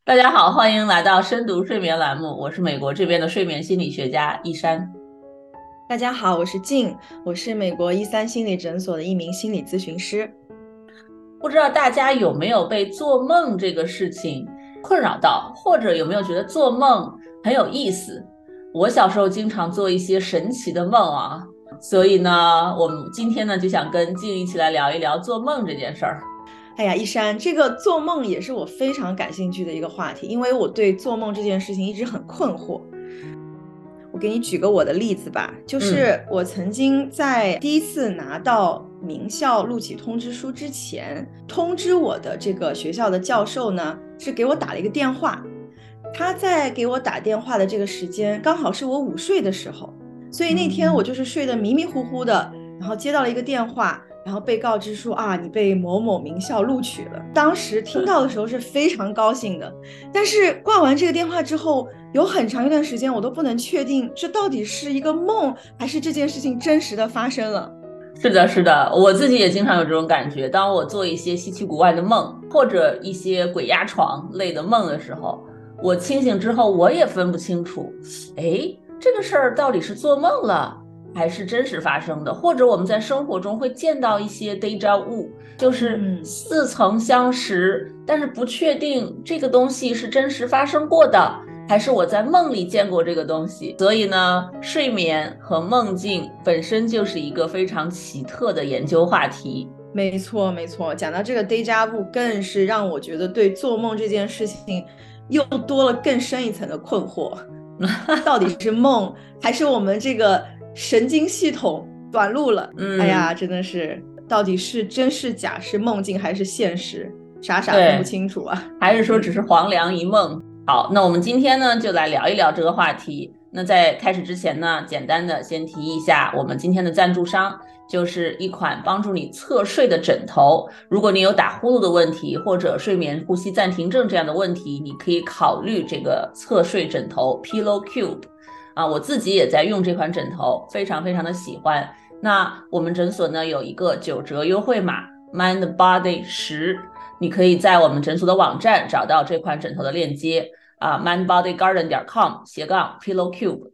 大家好，欢迎来到深读睡眠栏目，我是美国这边的睡眠心理学家一山。 大家好，我是静，我是美国13心理诊所的一名心理咨询师。 不知道大家有没有被做梦这个事情困扰到，或者有没有觉得做梦很有意思？我小时候经常做一些神奇的梦啊，所以呢，我们今天呢就想跟静一起来聊一聊做梦这件事儿。 哎呀，一山，这个做梦也是我非常感兴趣的一个话题，因为我对做梦这件事情一直很困惑。我给你举个我的例子吧，就嗯是我曾经在第一次拿到名校录取通知书之前，通知我的这个学校的教授呢，是给我打了一个电话。他在给我打电话的这个时间，刚好是我午睡的时候，所以那天我就是睡得迷迷糊糊的，然后接到了一个电话，然后被告知说啊，你被某某名校录取了。当时听到的时候是非常高兴的，但是挂完这个电话之后，有很长一段时间我都不能确定这到底是一个梦，还是这件事情真实的发生了。 是的，是的，我自己也经常有这种感觉。当我做一些稀奇古怪的梦，或者一些鬼压床类的梦的时候，我清醒之后，我也分不清楚，哎，这个事儿到底是做梦了，还是真实发生的？或者我们在生活中会见到一些 déjà vu，就是似曾相识，但是不确定这个东西是真实发生过的，还是我在梦里见过这个东西。所以呢，睡眠和梦境本身就是一个非常奇特的研究话题。 没错，没错，讲到这个 déjà vu，更是让我觉得对做梦这件事情又多了更深一层的困惑。到底是梦，还是我们这个神经系统短路了？哎呀， 嗯， 真的是，到底是真是假，是梦境还是现实？傻傻分不对， 清楚啊。 还是说只是黄粱一梦？好，那我们今天呢，就来聊一聊这个话题。那在开始之前呢，简单的先提一下我们今天的赞助商，就是一款帮助你侧睡的枕头。如果你有打呼噜的问题，或者睡眠呼吸暂停症这样的问题，你可以考虑这个侧睡枕头 Pillow Cube。啊，我自己也在用这款枕头，非常非常的喜欢。那我们诊所呢有一个9折优惠码 Mind Body 10，你可以在我们诊所的网站找到这款枕头的链接啊，mindbodygarden.com/Pillow Cube。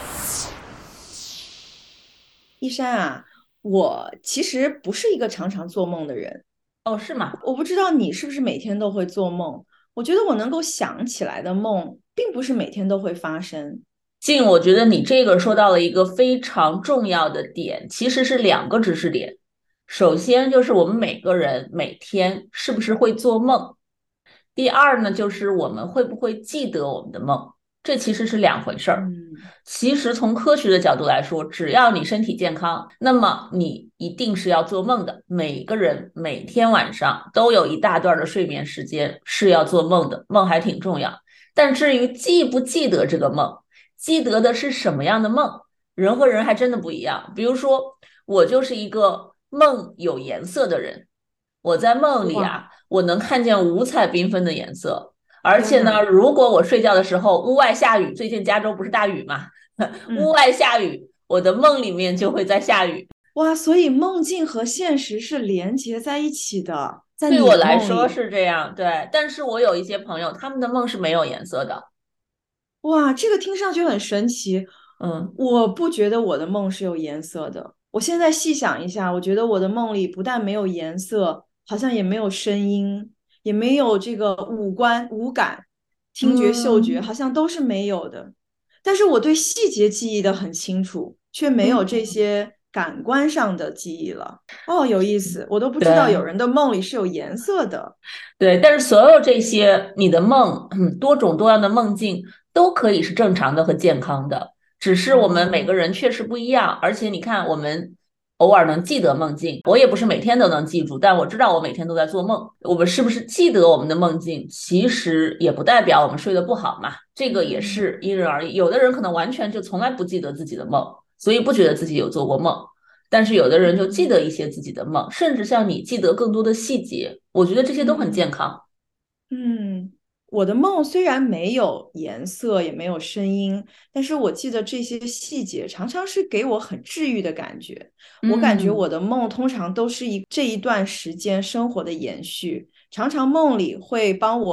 一山啊，我其实不是一个常常做梦的人， 哦，是吗？ 我不知道你是不是每天都会做梦。我觉得我能够想起来的梦，并不是每天都会发生。 静，我觉得你这个说到了一个非常重要的点，其实是两个知识点。首先就是我们每个人每天是不是会做梦，第二呢，就是我们会不会记得我们的梦，这其实是两回事儿。 嗯， 其实从科学的角度来说，只要你身体健康，那么你一定是要做梦的。每个人每天晚上都有一大段的睡眠时间是要做梦的，梦还挺重要。但至于记不记得这个梦，记得的是什么样的梦，人和人还真的不一样。比如说，我就是一个梦有颜色的人，我在梦里哇， 啊，我能看见五彩缤纷的颜色，而且呢， 天呐， 如果我睡觉的时候屋外下雨，最近加州不是大雨嘛，屋嗯。 外下雨，我的梦里面就会在下雨。 哇，所以梦境和现实是连接在一起的，在对我你的来说梦里。 是这样，对。但是我有一些朋友，他们的梦是没有颜色的。 哇，这个听上去很神奇。 嗯我不觉得我的梦是有颜色的。我现在细想一下，我觉得我的梦里不但没有颜色，好像也没有声音，也没有这个五官、五感、听觉、嗅觉， 嗯好像都是没有的。但是我对细节记忆的很清楚，却没有这嗯， 些感官上的记忆了。哦，有意思，我都不知道有对。 人的梦里是有颜色的。 对，但是所有这些你的梦，多种多样的梦境都可以是正常的和健康的，只是我们每个哦， 人确实不一样。而且你看，我们偶尔能记得梦境，我也不是每天都能记住，但我知道我每天都在做梦。我们是不是记得我们的梦境，其实也不代表我们睡得不好嘛，这个也嗯。 是因人而异。有的人可能完全就从来不记得自己的梦，所以不觉得自己有做过梦。但是有的人就记得一些自己的梦，甚至像你记得更多的细节，我觉得这些都很健嗯康。 嗯，我的梦虽然没有颜色，也没有声音，但是我记得这些细节常常是给我很治愈的感觉。我感觉我嗯的梦通常都是这一段时间生活的延续，常常梦里会帮我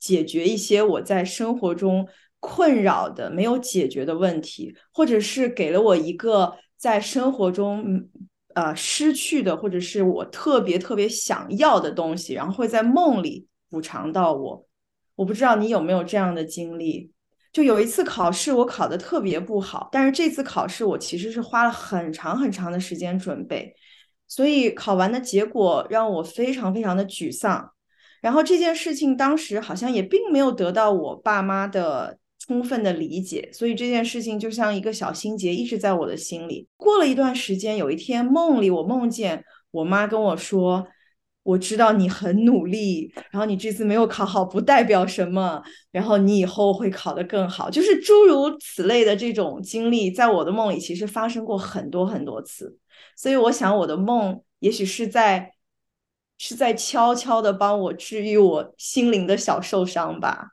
解决一些我在生活中困扰的没有解决的问题，或者是给了我一个在生活中失去的，或者是我特别特别想要的东西，然后会在梦里补偿到我。我不知道你有没有这样的经历。就有一次考试，我考得特别不好，但是这次考试我其实是花了很长很长的时间准备，所以考完的结果让我非常非常的沮丧。然后这件事情当时好像也并没有得到我爸妈的充分的理解，所以这件事情就像一个小心结一直在我的心里。过了一段时间，有一天梦里我梦见我妈跟我说，我知道你很努力，然后你这次没有考好不代表什么，然后你以后会考得更好，就是诸如此类的这种经历，在我的梦里其实发生过很多很多次。所以我想我的梦也许是在悄悄的帮我治愈我心灵的小受伤吧。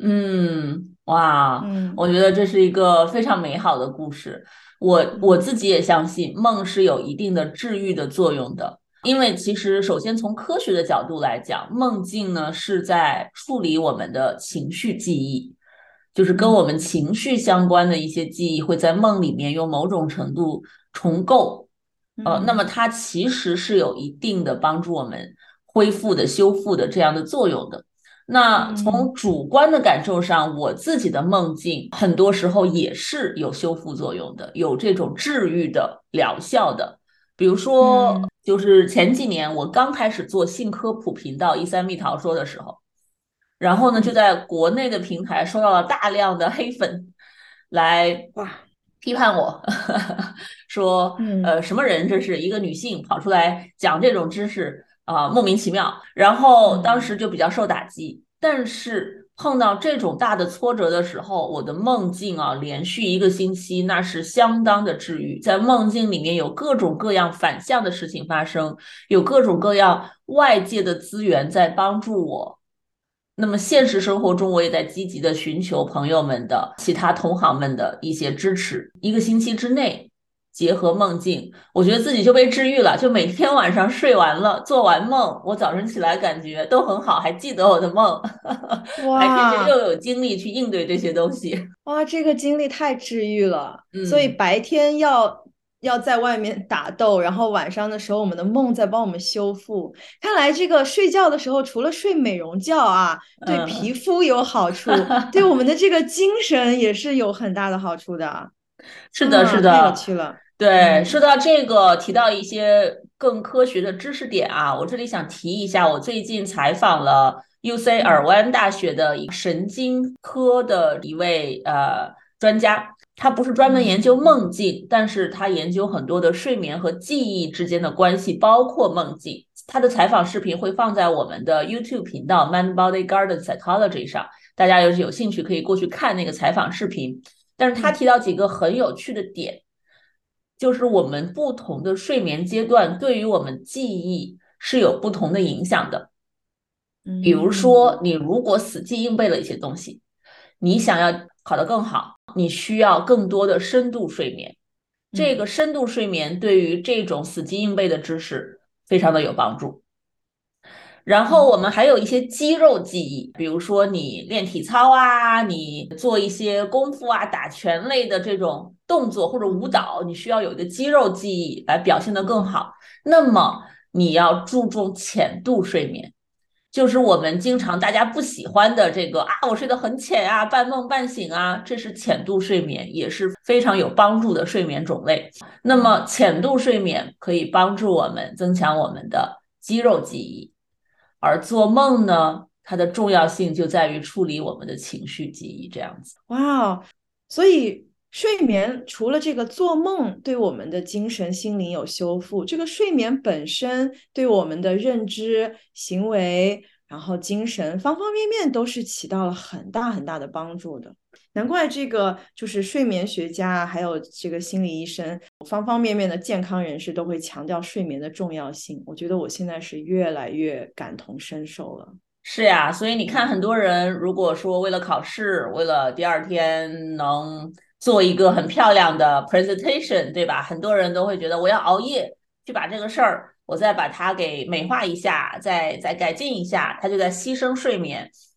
哇， 嗯我觉得这是一个非常美好的故事。我嗯自己也相信梦是有一定的治愈的作用的，因为其实首先从科学的角度来讲，梦境呢是在处理我们的情绪记忆，就是跟我嗯们情绪相关的一些记忆会在梦里面用某种程度重构。那么嗯它其实是有一定的帮助我们恢复的、修复的这样的作用的。那从嗯主观的感受上，我自己的梦境很多时候也是有修复作用的，有这种治愈的疗效的。比如说， 嗯就是前几年我刚开始做性科普频道一三蜜桃说的时候，然后呢，就嗯， 在国内的平台收到了大量的黑粉来哇， 批判我，说嗯什么人这是一个女性跑出来讲这种知识莫名其妙。然后当嗯时就比较受打击，但是碰到这种大的挫折的时候，我的梦境连续一个星期那是相当的治愈，在梦境里面有各种各样反向的事情发生，有各种各样外界的资源在帮助我。那么现实生活中，我也在积极的寻求朋友们的、其他同行们的一些支持。一个星期之内，结合梦境，我觉得自己就被治愈了。就每天晚上睡完了，做完梦，我早晨起来感觉都很好，还记得我的梦，白天就又哇有精力去应对这些东西。 哇，这个经历太治愈了。所以嗯， 白天要在外面打斗，然后晚上的时候我们的梦在帮我们修复。看来这个睡觉的时候，除了睡美容觉啊，对皮嗯， 肤有好处，对我们的这个精神也是有很大的好处的。 是的，是啊，太有的。 趣了。 对，说嗯到这个，提到一些更科学的知识点啊，我这里想提一下，我最近采访了 UC 尔嗯湾大学的一个神经科的一位专家，他不是专门研究梦境，但是他研究很多的睡眠和记忆之间的关系，包括梦境。他的采访视频会放在我们的 YouTube 频道 Mind Body Garden Psychology 上，大家要是有兴趣可以过去看那个采访视频。但是他嗯提到几个很有趣的点。就是我们不同的睡眠阶段对于我们记忆是有不同的影响的。比如说， 嗯你如果死记硬背了一些东西，你想要考得更好，你需要更多的深度睡眠。这个嗯深度睡眠对于这种死记硬背的知识非常的有帮助。然后我嗯们还有一些肌肉记忆，比如说你练体操啊，你做一些功夫啊，打拳类的这种动作或者舞嗯蹈，你需要有一个肌肉记忆来表现得更嗯好。那么你要注重浅度睡眠，就是我们经常大家不喜欢的这个我睡得很浅啊，半梦半醒啊，这是浅度睡眠，也是非常有帮助的睡眠种类。那么嗯。 浅度睡眠可以帮助我们增强我们的肌肉记忆。而做梦呢，它的重要性就在于处理我们的情绪记忆，这样子。 哇哦，所以睡眠除了这个做梦对我们的精神心灵有修复，这个睡眠本身对我们的认知、行为，然后精神方方面面都是起到了很大很大的帮助的。难怪这个就是睡眠学家，还有这个心理医生，方方面面的健康人士都会强调睡眠的重要性。我觉得我现在是越来越感同身受了。 是呀，所以你看， 嗯很多人如果说为了考试，为了第二天能做一个很漂亮的 presentation，对吧？很多人都会觉得我要熬夜去把这个事儿，我再把它给美化一下，再改进一下，他就在牺牲睡眠。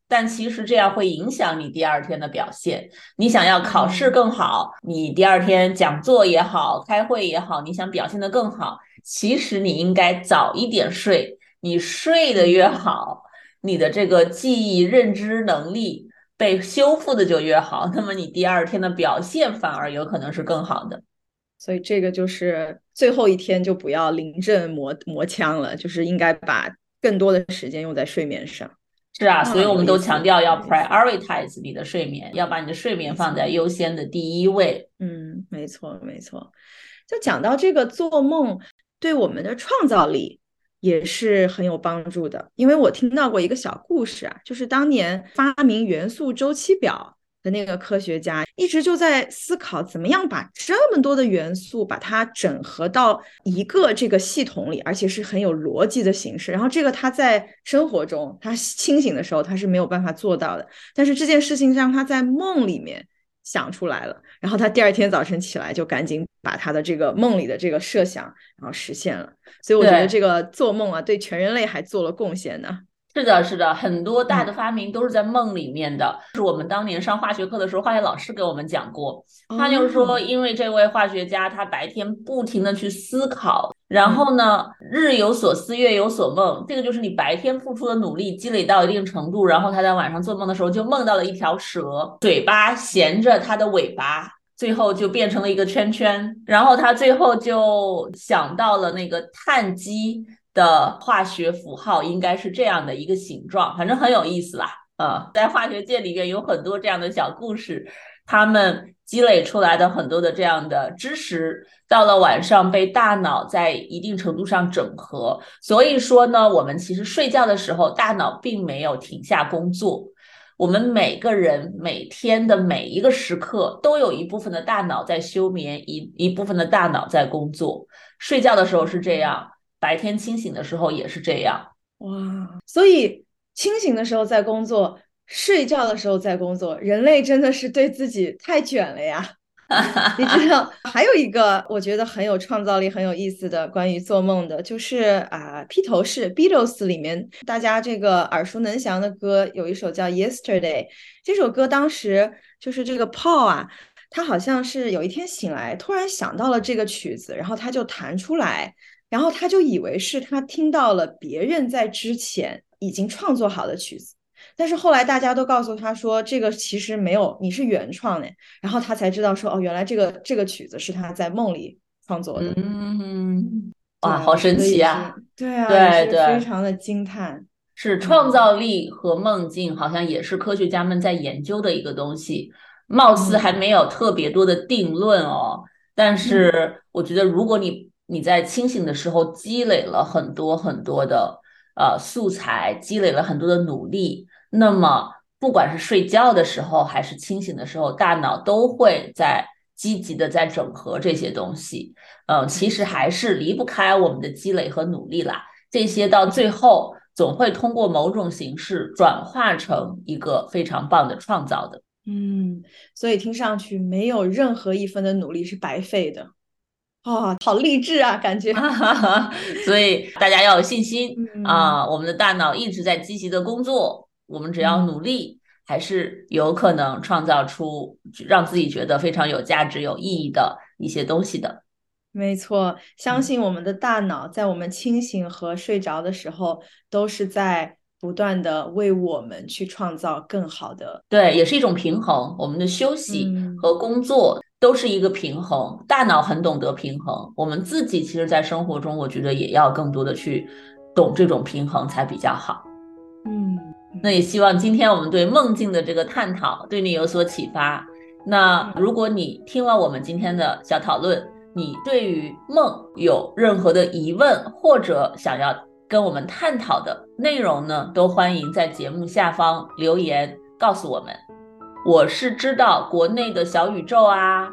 但其实这样会影响你第二天的表现。你想要考试更好，你第二天讲座也好，开会也好，你想表现得更好，其实你应该早一点睡，你睡得越好，你的这个记忆认知能力被修复的就越好，那么你第二天的表现反而有可能是更好的。 所以这个就是最后一天就不要临阵磨枪了，就是应该把更多的时间用在睡眠上。 是啊，所以我们都强调要有意思 prioritize 你的睡眠，要把你的睡眠放在优先的第一位。 没错没错。就讲到这个做梦对我们的创造力也是很有帮助的，因为我听到过一个小故事啊，就是当年发明元素周期表的那个科学家一直就在思考怎么样把这么多的元素把它整合到一个这个系统里，而且是很有逻辑的形式。然后这个他在生活中他清醒的时候他是没有办法做到的，但是这件事情让他在梦里面想出来了，然后他第二天早晨起来就赶紧把他的这个梦里的这个设想然后实现了。所以我觉得这个做梦啊对全人类还做了贡献呢。 是的，是的，很多大的发明都是在梦里面的。是我们当年上化学课的时候，化学老师给我们讲过，他就是说，因为这位化学家他白天不停的去思考，然后呢，日有所思，夜有所梦，这个就是你白天付出的努力积累到一定程度，然后他在晚上做梦的时候就梦到了一条蛇，嘴巴衔着它的尾巴。最后就变成了一个圈圈，然后他最后就想到了那个碳基的化学符号应该是这样的一个形状，反正很有意思啦。在化学界里面有很多这样的小故事，他们积累出来的很多的这样的知识，到了晚上被大脑在一定程度上整合。所以说呢，我们其实睡觉的时候，大脑并没有停下工作。我们每个人每天的每一个时刻，都有一部分的大脑在休眠，一部分的大脑在工作。睡觉的时候是这样，白天清醒的时候也是这样。 哇，所以清醒的时候在工作，睡觉的时候在工作，人类真的是对自己太卷了呀。你知道，还有一个我觉得很有创造力、很有意思的关于做梦的，就是披头士 Beatles 里面大家这个耳熟能详的歌，有一首叫《Yesterday》。这首歌当时就是这个 Paul 啊，他好像是有一天醒来，突然想到了这个曲子，然后他就弹出来，然后他就以为是他听到了别人在之前已经创作好的曲子。但是后来大家都告诉他说，这个其实没有，你是原创的。然后他才知道说，哦，原来这个曲子是他在梦里创作的。 哇， 对， 好神我觉得也是， 奇啊！ 对啊，也是非对对， 常的惊叹。 是创造力和梦境，好像也是科学家们在研究的一个东西，貌似还没有特别多的定论哦。但是我觉得，如果你在清醒的时候积累了很多很多的素材，积累了很多的努力，那么不管是睡觉的时候还是清醒的时候，大脑都会在积极的在整合这些东西。其实还是离不开我们的积累和努力啦。这些到最后总会通过某种形式转化成一个非常棒的创造的。 所以听上去没有任何一分的努力是白费的。好励志啊，感觉。 所以大家要有信心嗯我们的大脑一直在积极的工作，我们只要嗯。 努力，还是有可能创造出让自己觉得非常有价值、有意义的一些东西的。 没错，相信我们的大脑在我们清醒和睡着的时候，都是在不断的为我们去创造更好的。 对，也是一种平衡。我们的休息嗯， 和工作都是一个平衡，大脑很懂得平衡。我们自己其实，在生活中，我觉得也要更多的去懂这种平衡才比较好。 嗯， 那也希望今天我们对梦境的这个探讨对你有所启发。那如果你听了我们今天的小讨论，你对于梦有任何的疑问，或者想要跟我们探讨的内容呢，都欢迎在节目下方留言告诉我们。我是知道国内的小宇宙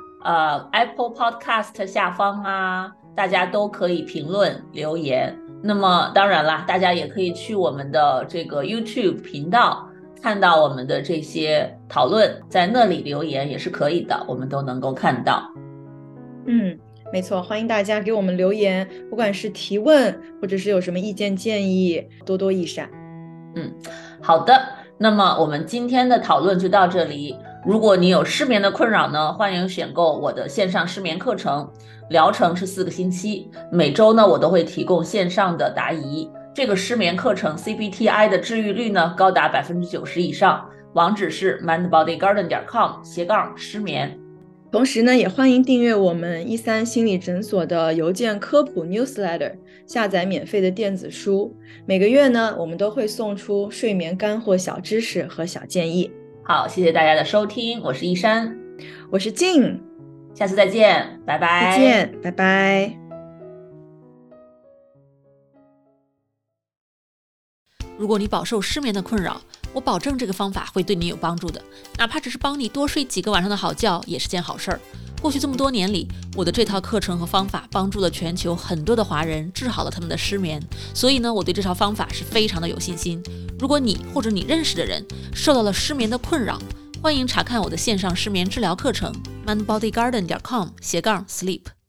Apple Podcast 下方大家都可以评论留言。那么当然啦，大家也可以去我们的这个 YouTube 频道看到我们的这些讨论，在那里留言也是可以的，我们都能够看到。 没错，欢迎大家给我们留言，不管是提问或者是有什么意见建议，多多益善。 好的， 那么我们今天的讨论就到这里。如果你有失眠的困扰呢，欢迎选购我的线上失眠课程，疗程是4个星期，每周呢我都会提供线上的答疑。这个失眠课程 CBTI 的治愈率呢高达90%以上，网址是 mindbodygarden.com/ 失眠。 同时呢，也欢迎订阅我们13心理诊所的邮件科普 newsletter， 下载免费的电子书。每个月呢，我们都会送出睡眠干货小知识和小建议。 好，谢谢大家的收听，我是一山， 我是静， 下次再见，拜拜。 再见，拜拜。 如果你饱受失眠的困扰，我保证这个方法会对你有帮助的，哪怕只是帮你多睡几个晚上的好觉，也是件好事儿。过去这么多年里，我的这套课程和方法帮助了全球很多的华人，治好了他们的失眠。所以呢，我对这套方法是非常的有信心。如果你或者你认识的人受到了失眠的困扰，欢迎查看我的线上失眠治疗课程 mindbodygarden.com/sleep。